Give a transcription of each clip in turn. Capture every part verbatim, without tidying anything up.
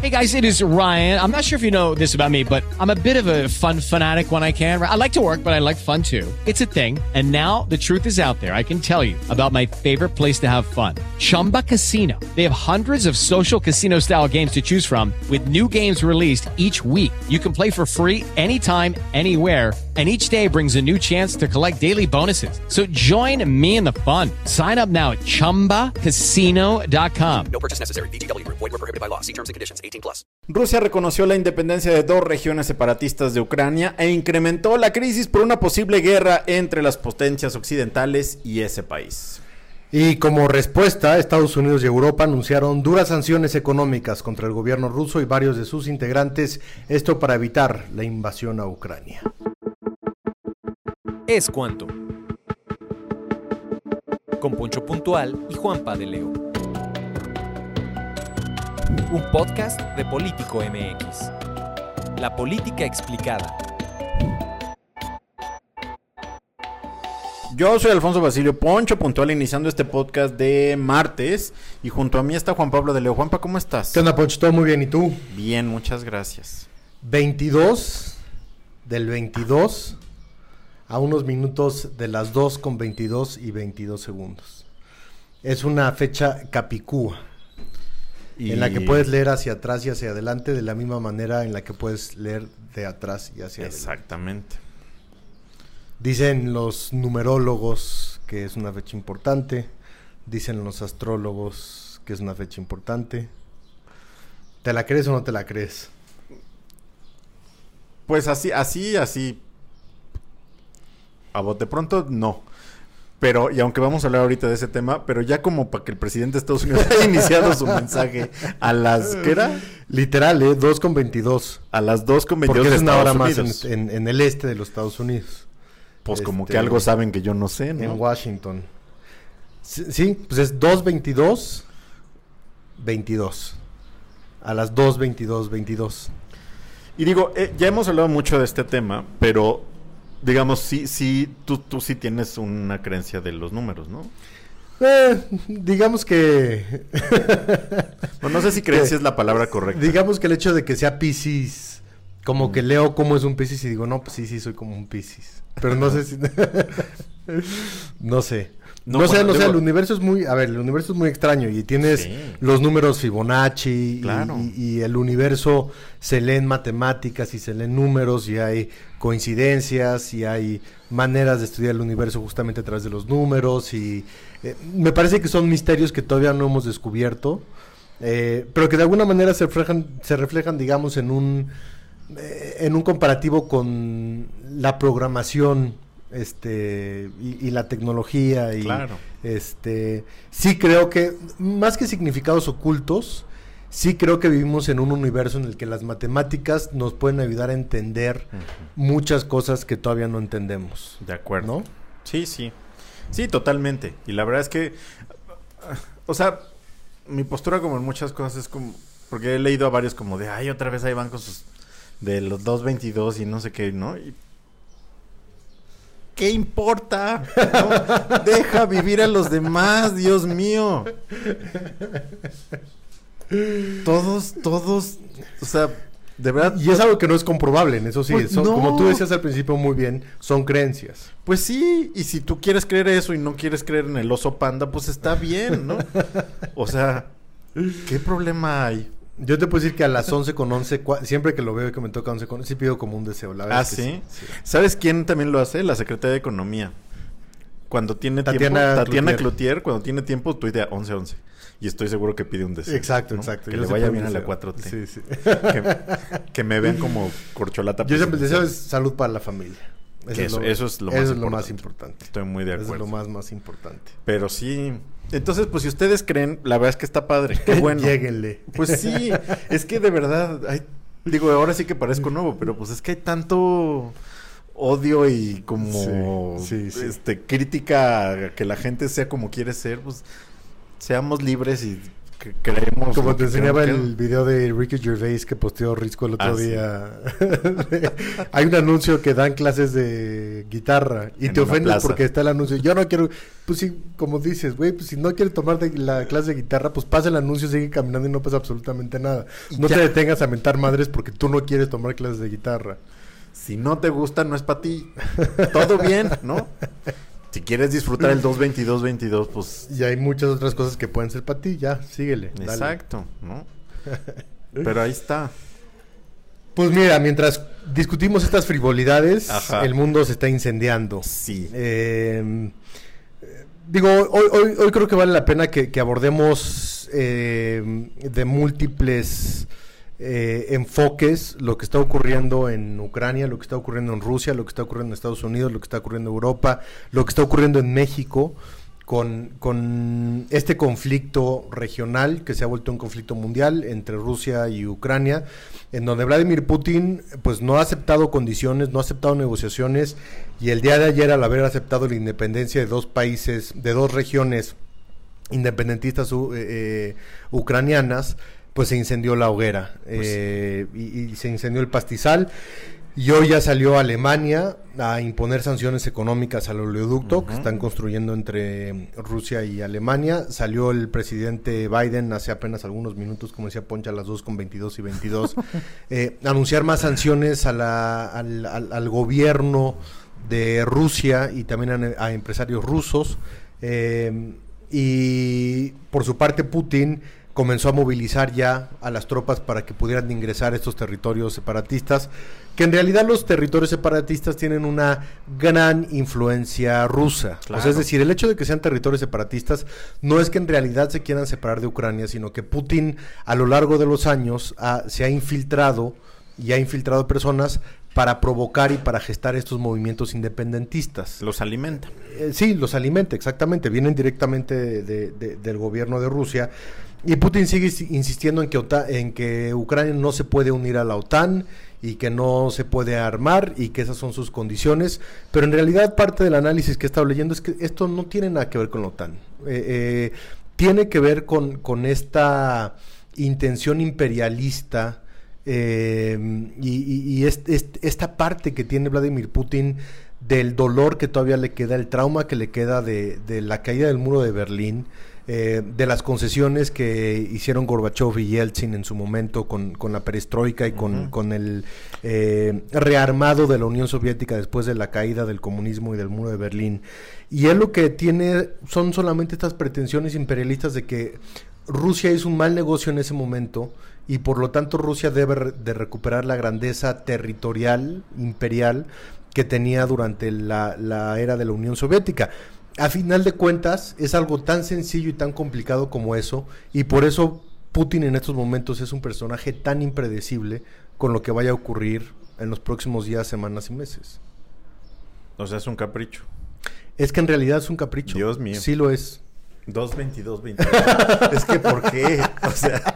Hey guys, it is Ryan. I'm not sure if you know this about me, but I'm a bit of a fun fanatic when I can. I like to work, but I like fun too. It's a thing. And now the truth is out there. I can tell you about my favorite place to have fun. Chumba Casino. They have hundreds of social casino style games to choose from with new games released each week. You can play for free anytime, anywhere. And each day brings a new chance to collect daily bonuses. So join me in the fun. Sign up now at chumba casino dot com. No purchase necessary. V G W Group. Void where prohibited by law. See terms and conditions. eighteen plus. Rusia reconoció la independencia de dos regiones separatistas de Ucrania e incrementó la crisis por una posible guerra entre las potencias occidentales y ese país. Y como respuesta, Estados Unidos y Europa anunciaron duras sanciones económicas contra el gobierno ruso y varios de sus integrantes, esto para evitar la invasión a Ucrania. Es cuanto. Con Poncho Puntual y Juanpa de Leo. Un podcast de Político M X. La política explicada. Yo soy Alfonso Basilio Poncho Puntual, iniciando este podcast de martes. Y junto a mí está Juan Pablo de Leo. Juanpa, ¿cómo estás? ¿Qué onda, Poncho? ¿Todo muy bien? ¿Y tú? Bien, muchas gracias. veintidós del veintidós a unos minutos de las dos con veintidós y veintidós segundos. Es una fecha capicúa. Y... en la que puedes leer hacia atrás y hacia adelante de la misma manera en la que puedes leer de atrás y hacia adelante. Exactamente. Dicen los numerólogos que es una fecha importante. Dicen los astrólogos que es una fecha importante. ¿Te la crees o no te la crees? Pues así, así, así. A bote pronto, no. Pero, y aunque vamos a hablar ahorita de ese tema, pero ya como para que el presidente de Estados Unidos haya iniciado su mensaje a las, ¿qué era? Literal, ¿eh? dos con veintidós. A las dos con veintidós Porque es de una hora Estados más Unidos. en, en, en el este de los Estados Unidos. Pues este, como que algo saben que yo no sé, ¿no? En Washington. Sí, sí, pues es dos veintidós, veintidós. A las dos veintidós, veintidós. Y digo, eh, ya hemos hablado mucho de este tema, pero... digamos, sí, sí, tú, tú sí tienes una creencia de los números, ¿no? Eh, digamos que... no, no sé si creencia es la palabra correcta. Digamos que el hecho de que sea Piscis, como mm. que leo cómo es un Piscis y digo, no, pues sí, sí, soy como un Piscis. Pero no sé si... no sé. No, no sé, no sé, el universo es muy... A ver, el universo es muy extraño y tienes sí. los números Fibonacci claro. y, y, y el universo se leen matemáticas y se leen números y hay coincidencias y hay maneras de estudiar el universo justamente a través de los números y eh, me parece que son misterios que todavía no hemos descubierto, eh, pero que de alguna manera se reflejan, se reflejan digamos, en un, eh, en un comparativo con la programación este y, y la tecnología y claro. este sí creo que más que significados ocultos sí creo que vivimos en un universo en el que las matemáticas nos pueden ayudar a entender uh-huh. muchas cosas que todavía no entendemos. De acuerdo. ¿No? Sí, sí. Sí, totalmente. Y la verdad es que o sea, mi postura como en muchas cosas es como porque he leído a varios como de ay, otra vez hay bancos de los dos veintidós y no sé qué, ¿no? Y ¿qué importa? ¿No? Deja vivir a los demás, Dios mío. Todos, todos, o sea, de verdad. Y es algo que no es comprobable, en eso sí. Pues son, no. Como tú decías al principio muy bien, son creencias. Pues sí, y si tú quieres creer eso y no quieres creer en el oso panda, pues está bien, ¿no? O sea, ¿qué problema hay? Yo te puedo decir que a las once con once, cua- siempre que lo veo y que me toca once con once, sí pido como un deseo. La verdad Ah, es que ¿sí? sí, sí. ¿Sabes quién también lo hace? La Secretaria de Economía. Cuando tiene Tatiana tiempo, Tatiana Cloutier. Cloutier, cuando tiene tiempo, tuitea once once. Y estoy seguro que pide un deseo. Exacto, ¿no? exacto. Que Yo le siempre vaya un bien a la deseo. cuatro T. Sí, sí. Que, que me vean como corcholata. Yo siempre el deseo presidencial. es salud para la familia. Que eso, eso es lo más eso importante. es lo más importante. Estoy muy de Eso acuerdo. es lo más, más importante. Pero sí. Entonces, pues si ustedes creen, la verdad es que está padre. Qué bueno. Lléguenle. Pues sí. Es que de verdad, hay, digo, ahora sí que parezco nuevo, pero pues es que hay tanto odio y como Sí, sí, sí. este crítica a que la gente sea como quiere ser, pues seamos libres y que creemos... Como lo te que enseñaba creemos el video de Ricky Gervais que posteó Risco el otro Ah, sí. día. Hay un anuncio que dan clases de guitarra y En te una ofendes plaza. porque está el anuncio. Yo no quiero... Pues sí, como dices, güey, pues si no quieres tomar de la clase de guitarra, pues pasa el anuncio, sigue caminando y no pasa absolutamente nada. No Ya. te detengas a mentar madres porque tú no quieres tomar clases de guitarra. Si no te gusta, no es para ti. Todo bien, ¿no? Si quieres disfrutar el dos veintidós veintidós, pues... Y hay muchas otras cosas que pueden ser para ti, ya, síguele. dale. Exacto, ¿no? Pero ahí está. Pues mira, mientras discutimos estas frivolidades, Ajá. el mundo se está incendiando. Sí. Eh, digo, hoy, hoy, hoy creo que vale la pena que, que abordemos eh, de múltiples eh, enfoques lo que está ocurriendo en Ucrania, lo que está ocurriendo en Rusia, lo que está ocurriendo en Estados Unidos, lo que está ocurriendo en Europa, lo que está ocurriendo en México. Con, con este conflicto regional que se ha vuelto un conflicto mundial entre Rusia y Ucrania, en donde Vladimir Putin pues no ha aceptado condiciones, no ha aceptado negociaciones, y el día de ayer, al haber aceptado la independencia de dos países, de dos regiones independentistas uh, eh, ucranianas, pues se incendió la hoguera, Pues eh, y, y se incendió el pastizal. Y hoy ya salió Alemania a imponer sanciones económicas al oleoducto uh-huh. que están construyendo entre Rusia y Alemania. Salió el presidente Biden hace apenas algunos minutos, como decía Poncha, a las dos con veintidós y veintidós, eh, anunciar más sanciones a la, al, al, al gobierno de Rusia y también a, a empresarios rusos. Eh, y por su parte Putin comenzó a movilizar ya a las tropas para que pudieran ingresar a estos territorios separatistas, que en realidad los territorios separatistas tienen una gran influencia rusa. Claro. O sea, es decir, el hecho de que sean territorios separatistas no es que en realidad se quieran separar de Ucrania, sino que Putin a lo largo de los años ha, se ha infiltrado y ha infiltrado personas para provocar y para gestar estos movimientos independentistas. Los alimenta. Eh, sí, los alimenta, exactamente. Vienen directamente de, de, de, del gobierno de Rusia. Y Putin sigue insistiendo en que, OTAN, en que Ucrania no se puede unir a la OTAN y que no se puede armar y que esas son sus condiciones. Pero en realidad parte del análisis que he estado leyendo es que esto no tiene nada que ver con la OTAN. Eh, eh, tiene que ver con, con esta intención imperialista eh, y, y, y este, este, esta parte que tiene Vladimir Putin del dolor que todavía le queda, el trauma que le queda de, de la caída del muro de Berlín, eh, de las concesiones que hicieron Gorbachev y Yeltsin en su momento con, con la perestroika y con, uh-huh. con el eh, rearmado de la Unión Soviética después de la caída del comunismo y del muro de Berlín. Y él lo que tiene son solamente estas pretensiones imperialistas de que Rusia hizo un mal negocio en ese momento y por lo tanto Rusia debe re- de recuperar la grandeza territorial, imperial, que tenía durante la, la era de la Unión Soviética. A final de cuentas, es algo tan sencillo y tan complicado como eso, y por eso Putin en estos momentos es un personaje tan impredecible con lo que vaya a ocurrir en los próximos días, semanas y meses. O sea, es un capricho. Es que en realidad es un capricho. Dios mío. Sí lo es. dos veintidós veintidós. Es que ¿por qué? O sea...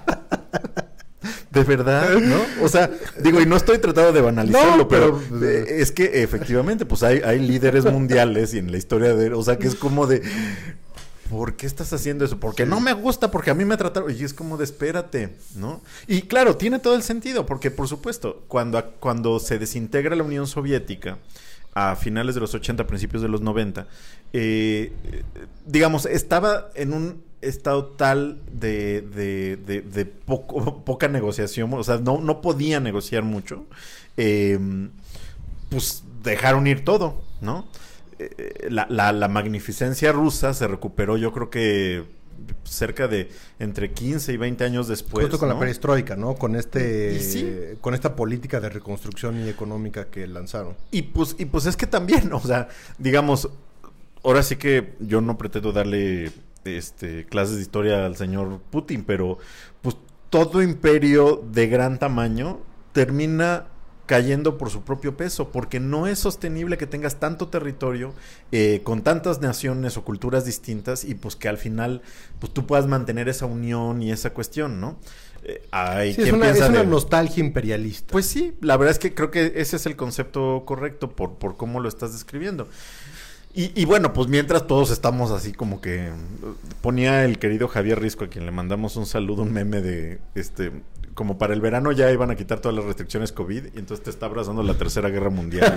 De verdad, ¿no? O sea, digo, y no estoy tratando de banalizarlo, no, pero, pero eh, es que efectivamente, pues hay, hay líderes mundiales y en la historia de... O sea, que es como de... ¿Por qué estás haciendo eso? Porque sí. no me gusta, porque a mí me trataron... Y es como de espérate, ¿no? Y claro, tiene todo el sentido, porque por supuesto, cuando, cuando se desintegra la Unión Soviética... a finales de los ochenta, principios de los noventa, eh, digamos, estaba en un estado tal de, de, de, de poco, poca negociación, o sea, no, no podía negociar mucho, eh, pues dejaron ir todo, ¿no? Eh, la, la, la magnificencia rusa se recuperó, yo creo que cerca de entre quince y veinte años después, justo con ¿no? la perestroika, ¿no? Con este sí. con esta política de reconstrucción y económica que lanzaron. Y pues y pues es que también, o sea, digamos, ahora sí que yo no pretendo darle este clases de historia al señor Putin, pero pues todo imperio de gran tamaño termina cayendo por su propio peso, porque no es sostenible que tengas tanto territorio eh, con tantas naciones o culturas distintas y pues que al final pues tú puedas mantener esa unión y esa cuestión, ¿no? Eh, hay sí, es una, es una de... nostalgia imperialista. Pues sí, la verdad es que creo que ese es el concepto correcto por, por cómo lo estás describiendo. Y, y bueno, pues mientras todos estamos así como que ponía el querido Javier Risco, a quien le mandamos un saludo, un meme de este como para el verano ya iban a quitar todas las restricciones COVID y entonces te está abrazando la Tercera Guerra Mundial.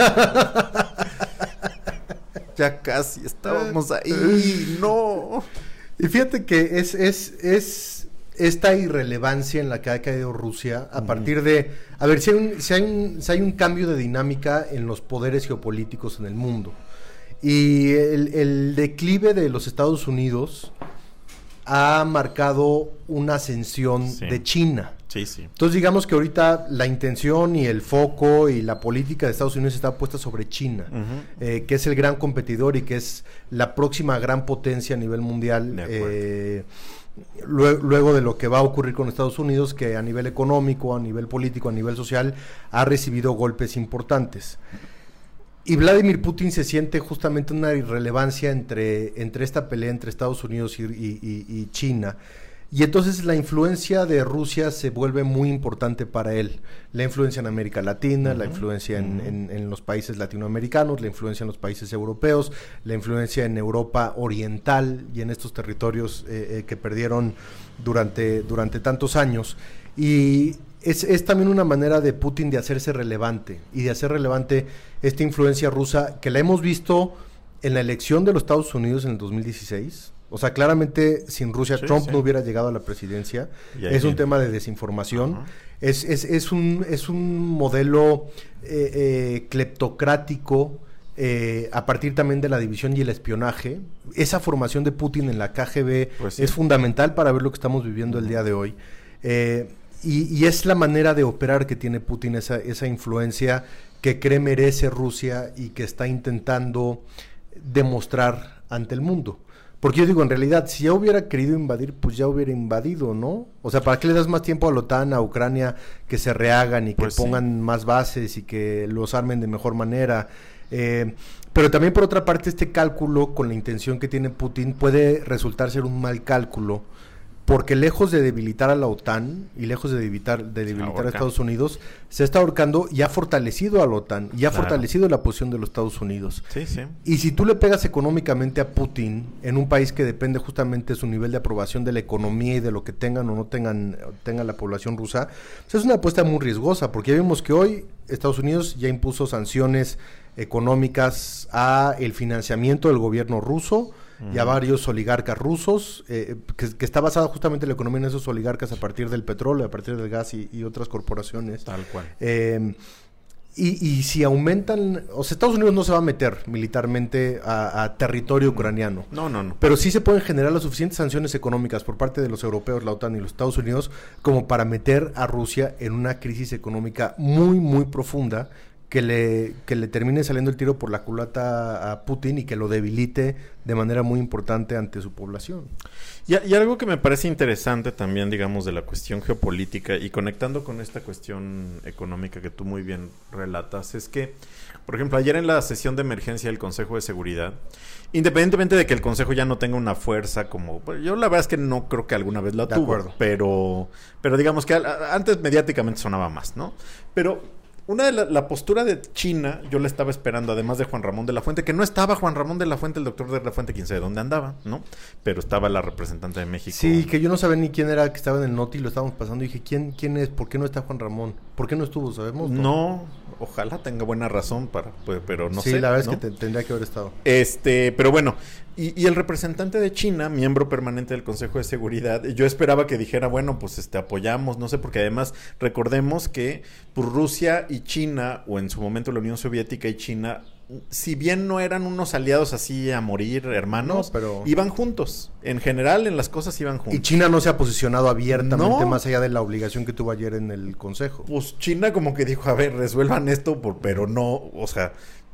Ya casi estábamos ahí, no. Y fíjate que es, es, es esta irrelevancia en la que ha caído Rusia a uh-huh. partir de, a ver, si hay, un, si, hay un, si hay un cambio de dinámica en los poderes geopolíticos en el mundo. Y el, el declive de los Estados Unidos ha marcado una ascensión sí. de China. Sí, sí. Entonces digamos que ahorita la intención y el foco y la política de Estados Unidos está puesta sobre China, uh-huh. eh, que es el gran competidor y que es la próxima gran potencia a nivel mundial, eh, luego, luego de lo que va a ocurrir con Estados Unidos, que a nivel económico, a nivel político, a nivel social, ha recibido golpes importantes. Y Vladimir Putin se siente justamente una irrelevancia entre, entre esta pelea entre Estados Unidos y, y, y, y China. Y entonces la influencia de Rusia se vuelve muy importante para él. La influencia en América Latina, uh-huh. la influencia en, uh-huh. en, en los países latinoamericanos, la influencia en los países europeos, la influencia en Europa oriental y en estos territorios eh, eh, que perdieron durante, durante tantos años. Y es, es también una manera de Putin de hacerse relevante y de hacer relevante esta influencia rusa que la hemos visto en la elección de los Estados Unidos en el dos mil dieciséis. O sea, claramente sin Rusia sí, Trump sí. no hubiera llegado a la presidencia. Es un tema de desinformación. Uh-huh. Es, es, es, un, es un modelo eh, eh, cleptocrático eh, a partir también de la división y el espionaje. Esa formación de Putin en la K G B pues sí. es fundamental para ver lo que estamos viviendo uh-huh. el día de hoy. Eh, y, y es la manera de operar que tiene Putin, esa, esa influencia que cree merece Rusia y que está intentando demostrar ante el mundo. Porque yo digo, en realidad, si ya hubiera querido invadir, pues ya hubiera invadido, ¿no? O sea, ¿para qué le das más tiempo a la OTAN, a Ucrania, que se rehagan y que pues pongan sí. más bases y que los armen de mejor manera? Eh, pero también, por otra parte, este cálculo con la intención que tiene Putin puede resultar ser un mal cálculo, porque lejos de debilitar a la OTAN y lejos de debilitar, de debilitar a Estados Unidos, se está ahorcando y ha fortalecido a la OTAN y ha claro. fortalecido la posición de los Estados Unidos. Sí, sí. Y si tú le pegas económicamente a Putin en un país que depende justamente de su nivel de aprobación de la economía y de lo que tengan o no tengan, tenga la población rusa, pues es una apuesta muy riesgosa, porque ya vimos que hoy Estados Unidos ya impuso sanciones económicas a el financiamiento del gobierno ruso, y a varios oligarcas rusos, eh, que, que está basada justamente la economía en esos oligarcas a partir del petróleo, a partir del gas y, y otras corporaciones. Tal cual. Eh, y, y si aumentan, o sea, Estados Unidos no se va a meter militarmente a, a territorio ucraniano. No, no, no. Pero sí se pueden generar las suficientes sanciones económicas por parte de los europeos, la OTAN y los Estados Unidos, como para meter a Rusia en una crisis económica muy, muy profunda, que le que le termine saliendo el tiro por la culata a Putin y que lo debilite de manera muy importante ante su población. Y, y algo que me parece interesante también, digamos, de la cuestión geopolítica y conectando con esta cuestión económica que tú muy bien relatas, es que, por ejemplo, ayer en la sesión de emergencia del Consejo de Seguridad, independientemente de que el Consejo ya no tenga una fuerza como... Yo la verdad es que no creo que alguna vez la de tuvo, acuerdo. pero pero digamos que a, antes mediáticamente sonaba más, ¿no? Pero... Una de la, la postura de China, yo la estaba esperando, además de Juan Ramón de la Fuente, que no estaba Juan Ramón de la Fuente, el doctor de la Fuente, quién sabe dónde andaba, ¿no? Pero estaba la representante de México. Sí, que yo no sabía ni quién era que estaba en el Noti, lo estábamos pasando y dije, ¿quién quién es? ¿Por qué no está Juan Ramón? ¿Por qué no estuvo? ¿Sabemos? No, no ojalá tenga buena razón para, pues, pero no sí, sé. Sí, la verdad ¿no? es que te, tendría que haber estado. Este, pero bueno, y, y el representante de China, miembro permanente del Consejo de Seguridad, yo esperaba que dijera, bueno, pues este apoyamos, no sé, porque además recordemos que pues, Rusia y China, o en su momento la Unión Soviética y China, si bien no eran unos aliados así a morir, hermanos, no, pero... iban juntos. En general, en las cosas iban juntos. Y China no se ha posicionado abiertamente no. más allá de la obligación que tuvo ayer en el Consejo. Pues China como que dijo, a ver, resuelvan esto, por, pero no, o sea,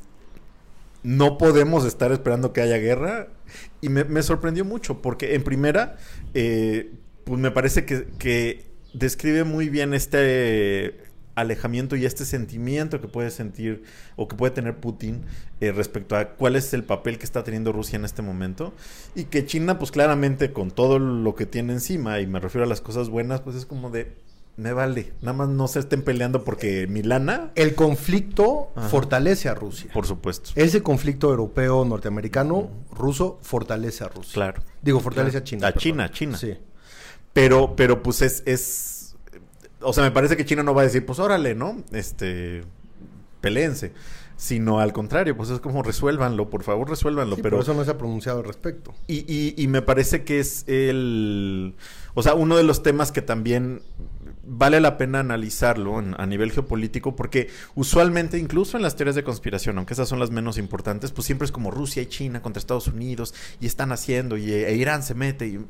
no podemos estar esperando que haya guerra. Y me, me sorprendió mucho, porque en primera, eh, pues me parece que, que describe muy bien este... alejamiento y este sentimiento que puede sentir o que puede tener Putin eh, respecto a cuál es el papel que está teniendo Rusia en este momento, y que China pues claramente con todo lo que tiene encima, y me refiero a las cosas buenas, pues es como de me vale. Nada más no se estén peleando porque mi lana... El conflicto Ajá. fortalece a Rusia. Por supuesto. Ese conflicto europeo, norteamericano, ruso, fortalece a Rusia. Claro. Digo, fortalece Claro. a China. A perdón. China, China. Sí. Pero, pero pues es, es... O sea, me parece que China no va a decir, pues órale, ¿no? Este... Peléense. Sino al contrario, pues es como resuélvanlo, por favor resuélvanlo. Sí, pero por eso no se ha pronunciado al respecto. Y, y, y me parece que es el... O sea, uno de los temas que también vale la pena analizarlo en, a nivel geopolítico, porque usualmente, incluso en las teorías de conspiración, aunque esas son las menos importantes, pues siempre es como Rusia y China contra Estados Unidos, y están haciendo, y e Irán se mete, y,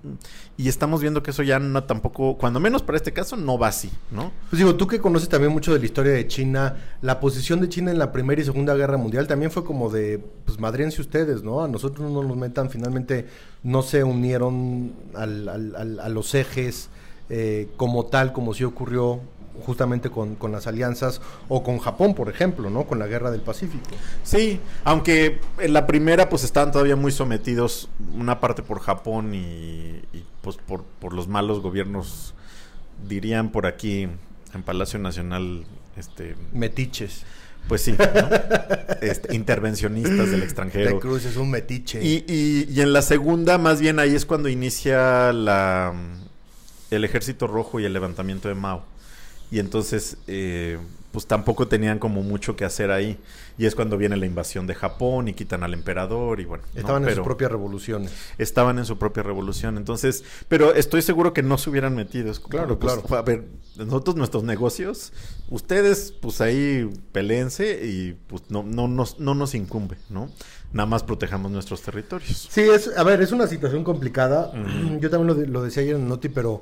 y estamos viendo que eso ya no tampoco, cuando menos para este caso, no va así, ¿no? Pues digo, tú que conoces también mucho de la historia de China, la posición de China en la Primera y Segunda Guerra Mundial también fue como de, pues madriense ustedes, ¿no? A nosotros no nos metan, finalmente no se unieron al, al, al, a los ejes eh, como tal, como sí ocurrió justamente con, con las alianzas, o con Japón, por ejemplo, ¿no? Con la Guerra del Pacífico. Sí, aunque en la primera pues estaban todavía muy sometidos, una parte por Japón y, y pues por, por los malos gobiernos, dirían por aquí en Palacio Nacional, este... Metiches. Pues sí, ¿no? este, intervencionistas del extranjero. De Cruz es un metiche. Y, y, y en la segunda, más bien ahí es cuando inicia la el Ejército Rojo y el levantamiento de Mao. Y entonces, eh, pues tampoco tenían como mucho que hacer ahí. Y es cuando viene la invasión de Japón y quitan al emperador y bueno. Estaban ¿no? en Pero sus propias revoluciones. estaban en su propia revolución. Entonces, pero estoy seguro que no se hubieran metido. Es como, Claro, pues, claro. A ver, nosotros nuestros negocios, ustedes pues ahí peleense y pues no, no, nos, no nos incumbe, ¿no? Nada más protejamos nuestros territorios. Sí, es, a ver, es una situación complicada. Ujú. Yo también lo, de- lo decía ayer en el Noti, pero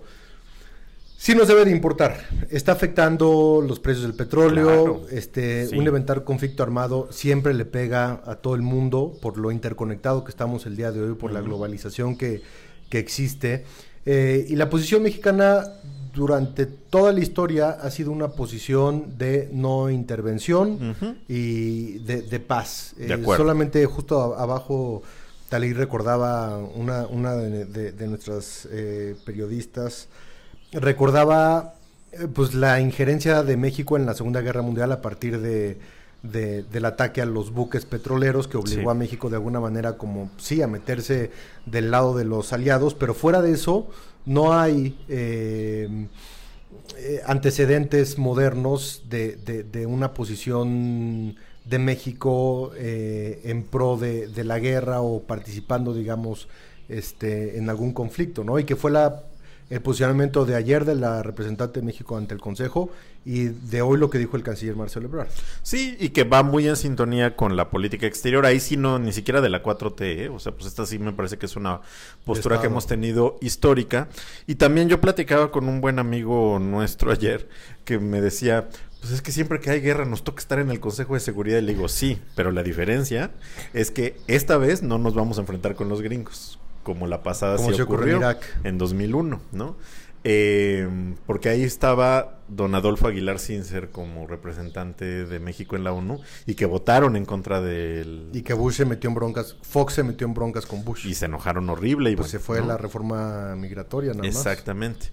sí nos debe de importar. Está afectando los precios del petróleo. Claro. Este, Sí. un eventual conflicto armado siempre le pega a todo el mundo por lo interconectado que estamos el día de hoy, por la Ujú. globalización que, que existe. Eh, y la posición mexicana durante toda la historia ha sido una posición de no intervención Ujú. y de, de paz. De Eh, acuerdo. solamente justo a- abajo, Talí recordaba, una, una de, de- de nuestras eh, periodistas, recordaba eh, pues la injerencia de México en la Segunda Guerra Mundial a partir de, de- del ataque a los buques petroleros que obligó Sí. a México de alguna manera como sí a meterse del lado de los aliados, pero fuera de eso no hay eh, eh, antecedentes modernos de, de- de una posición de México eh, en pro de, de la guerra o participando, digamos, este, en algún conflicto, ¿no? Y que fue la el posicionamiento de ayer de la representante de México ante el Consejo y de hoy lo que dijo el canciller Marcelo Ebrard. Sí, y que va muy en sintonía con la política exterior. Ahí sí no, ni siquiera de la cuatro T, ¿eh? O sea, pues esta sí me parece que es una postura que Estado. hemos tenido histórica. Y también yo platicaba con un buen amigo nuestro ayer que me decía, pues es que siempre que hay guerra nos toca estar en el Consejo de Seguridad. Y le digo, sí, pero la diferencia es que esta vez no nos vamos a enfrentar con los gringos, como la pasada Como sí se ocurrió en ocurrió Irak. en dos mil uno, ¿no? Eh, porque ahí estaba don Adolfo Aguilar Sincer como representante de México en la ONU y que votaron en contra del... Y que Bush se metió en broncas, Fox se metió en broncas con Bush. Y se enojaron horrible. Y pues bueno, se fue ¿no? la reforma migratoria nada más. Exactamente.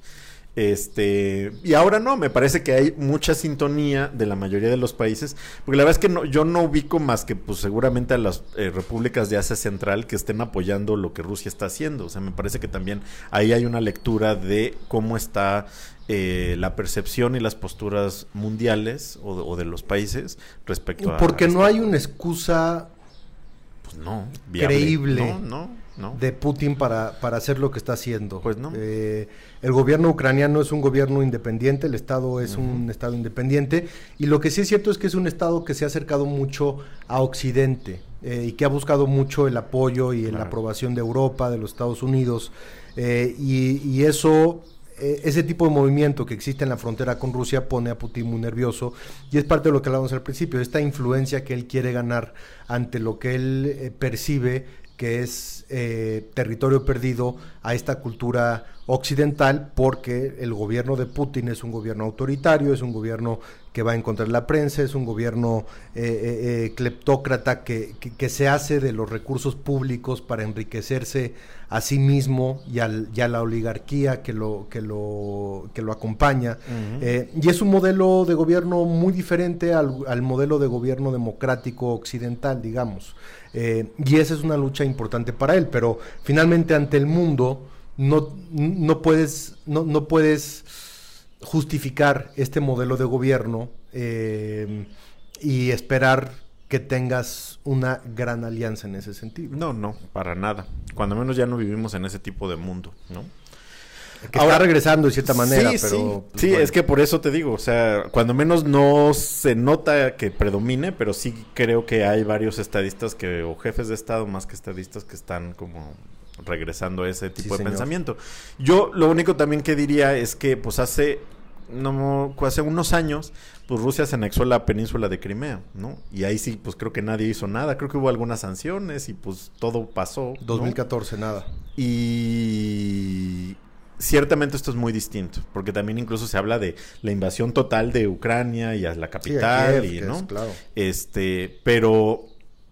Este, y ahora no, me parece que hay mucha sintonía de la mayoría de los países, porque la verdad es que no, yo no ubico más que pues seguramente a las eh, repúblicas de Asia Central que estén apoyando lo que Rusia está haciendo. O sea, me parece que también ahí hay una lectura de cómo está eh, la percepción y las posturas mundiales o, o de los países respecto a... Porque no este- hay una excusa Pues no, viable. creíble No, no, no. de Putin para, para hacer lo que está haciendo. Pues no. Eh, el gobierno ucraniano es un gobierno independiente, el Estado es Ujú. un Estado independiente, y lo que sí es cierto es que es un Estado que se ha acercado mucho a Occidente eh, y que ha buscado mucho el apoyo y Claro. la aprobación de Europa, de los Estados Unidos, eh, y, y eso... eh, Ese tipo de movimiento que existe en la frontera con Rusia pone a Putin muy nervioso y es parte de lo que hablábamos al principio, esta influencia que él quiere ganar ante lo que él eh, percibe que es eh, territorio perdido a esta cultura occidental, porque el gobierno de Putin es un gobierno autoritario, es un gobierno que va en contra de la prensa, es un gobierno eh, eh, eh, cleptócrata que, que, que se hace de los recursos públicos para enriquecerse a sí mismo y, al, y a la oligarquía que lo, que lo, que lo acompaña. Uh-huh. eh, y es un modelo de gobierno muy diferente al, al modelo de gobierno democrático occidental, digamos. Eh, y esa es una lucha importante para él, pero finalmente ante el mundo no, no puedes, no, no puedes justificar este modelo de gobierno eh, y esperar que tengas una gran alianza en ese sentido. No, no, para nada. Cuando menos ya no vivimos en ese tipo de mundo, ¿no? Que Ahora, está regresando de cierta manera, sí, pero... Sí, pues, sí bueno. Es que por eso te digo, o sea, cuando menos no se nota que predomine, pero sí creo que hay varios estadistas que, o jefes de Estado más que estadistas, que están como regresando a ese tipo sí, de señor. pensamiento. Yo lo único también que diría es que pues hace... No, hace unos años, pues Rusia se anexó la península de Crimea, ¿no? Y ahí sí, pues creo que nadie hizo nada. Creo que hubo algunas sanciones y pues todo pasó, ¿no? dos mil catorce, nada. Y ciertamente esto es muy distinto, porque también incluso se habla de la invasión total de Ucrania y a la capital, sí, a Kiev, y, ¿no? Es, claro. Este, pero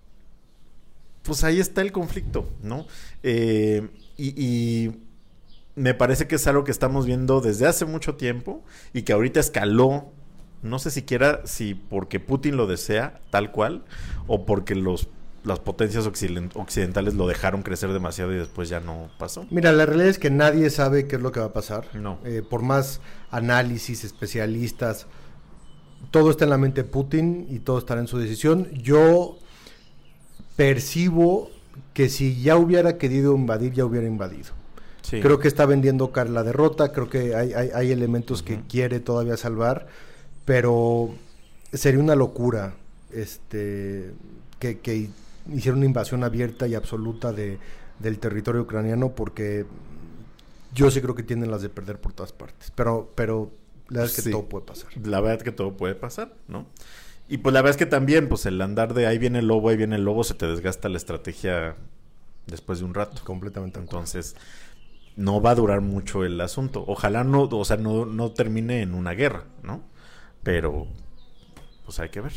pues ahí está el conflicto, ¿no? Eh, y, y me parece que es algo que estamos viendo desde hace mucho tiempo y que ahorita escaló, no sé siquiera si porque Putin lo desea tal cual o porque los las potencias occidentales lo dejaron crecer demasiado y después ya no pasó. Mira, la realidad es que nadie sabe qué es lo que va a pasar. No. Eh, por más análisis, especialistas, todo está en la mente de Putin y todo estará en su decisión. Yo percibo que si ya hubiera querido invadir, ya hubiera invadido. Sí. Creo que está vendiendo cara la derrota, creo que hay, hay, hay elementos uh-huh. que quiere todavía salvar, pero sería una locura este que, que hiciera una invasión abierta y absoluta de, del territorio ucraniano, porque yo sí creo que tienen las de perder por todas partes, pero, pero la verdad es que sí. todo puede pasar. La verdad es que todo puede pasar, ¿no? Y pues la verdad es que también, pues el andar de ahí viene el lobo, ahí viene el lobo, se te desgasta la estrategia después de un rato. Completamente. Entonces, no va a durar mucho el asunto. Ojalá no, o sea, no, no termine en una guerra, ¿no? Pero, pues hay que ver.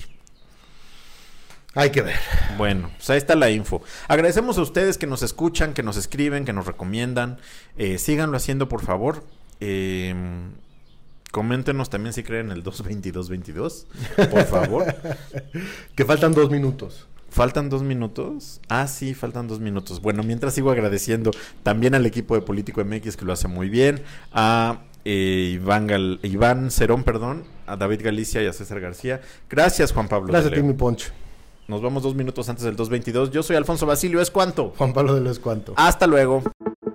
Hay que ver. Bueno, pues ahí está la info. Agradecemos a ustedes que nos escuchan, que nos escriben, que nos recomiendan. Eh, síganlo haciendo, por favor. Eh, coméntenos también si creen el dos veintidós veintidós, por favor. Que faltan dos minutos. ¿Faltan dos minutos? Ah, sí, faltan dos minutos. Bueno, mientras sigo agradeciendo también al equipo de Político M X, que lo hace muy bien, a eh, Iván, Gal- Iván Cerón, perdón, a David Galicia y a César García. Gracias, Juan Pablo. Gracias a ti, mi Poncho. Nos vamos dos minutos antes del dos veintidós. Yo soy Alfonso Basilio. ¿Es cuánto? Juan Pablo de los Cuanto. Hasta luego.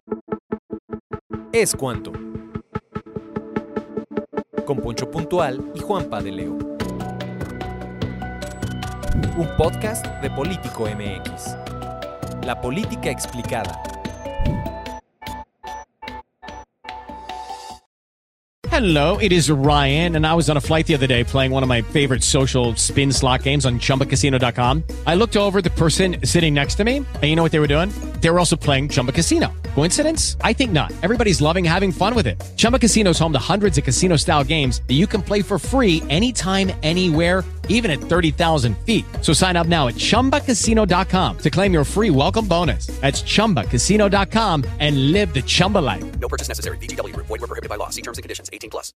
Es cuanto. Con Poncho Puntual y Juanpa de Leo. Un podcast de Político M X. La política explicada. Hello, it is Ryan, and I was on a flight the other day playing one of my favorite social spin slot games on Chumba Casino dot com. I looked over at the person sitting next to me, and you know what they were doing? They were also playing Chumba Casino. Coincidence? I think not. Everybody's loving having fun with it. Chumba Casino is home to hundreds of casino-style games that you can play for free anytime, anywhere, even at thirty thousand feet. So sign up now at Chumba Casino dot com to claim your free welcome bonus. That's Chumba Casino dot com and live the Chumba life. No purchase necessary. V G W Group. Void where prohibited by law. See terms and conditions. eighteen plus.